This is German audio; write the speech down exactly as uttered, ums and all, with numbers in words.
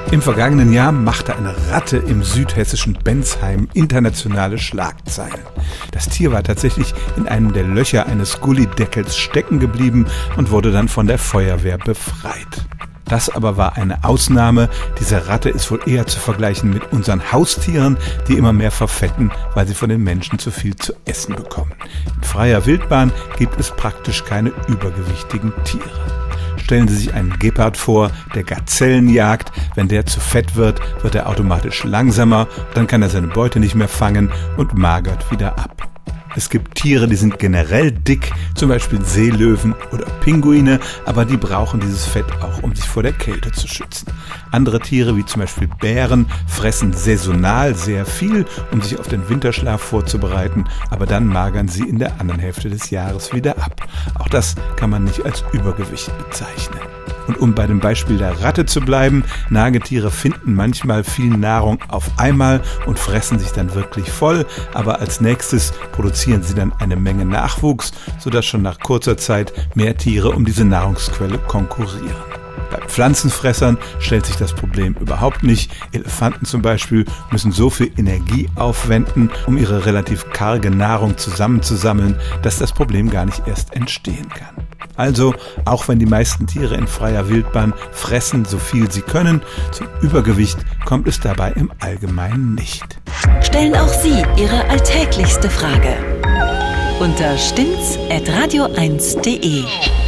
Im vergangenen Jahr machte eine Ratte im südhessischen Bensheim internationale Schlagzeilen. Das Tier war tatsächlich in einem der Löcher eines Gullideckels stecken geblieben und wurde dann von der Feuerwehr befreit. Das aber war eine Ausnahme. Diese Ratte ist wohl eher zu vergleichen mit unseren Haustieren, die immer mehr verfetten, weil sie von den Menschen zu viel zu essen bekommen. In freier Wildbahn gibt es praktisch keine übergewichtigen Tiere. Stellen Sie sich einen Gepard vor, der Gazellen jagt. Wenn der zu fett wird, wird er automatisch langsamer, dann kann er seine Beute nicht mehr fangen und magert wieder ab. Es gibt Tiere, die sind generell dick, zum Beispiel Seelöwen oder Pinguine, aber die brauchen dieses Fett auch, um sich vor der Kälte zu schützen. Andere Tiere, wie zum Beispiel Bären, fressen saisonal sehr viel, um sich auf den Winterschlaf vorzubereiten, aber dann magern sie in der anderen Hälfte des Jahres wieder ab. Auch das kann man nicht als Übergewicht bezeichnen. Und um bei dem Beispiel der Ratte zu bleiben, Nagetiere finden manchmal viel Nahrung auf einmal und fressen sich dann wirklich voll, aber als nächstes produzieren sie dann eine Menge Nachwuchs, sodass schon nach kurzer Zeit mehr Tiere um diese Nahrungsquelle konkurrieren. Bei Pflanzenfressern stellt sich das Problem überhaupt nicht. Elefanten zum Beispiel müssen so viel Energie aufwenden, um ihre relativ karge Nahrung zusammenzusammeln, dass das Problem gar nicht erst entstehen kann. Also, auch wenn die meisten Tiere in freier Wildbahn fressen, so viel sie können, zum Übergewicht kommt es dabei im Allgemeinen nicht. Stellen auch Sie Ihre alltäglichste Frage unter stimmt's at radio eins punkt de.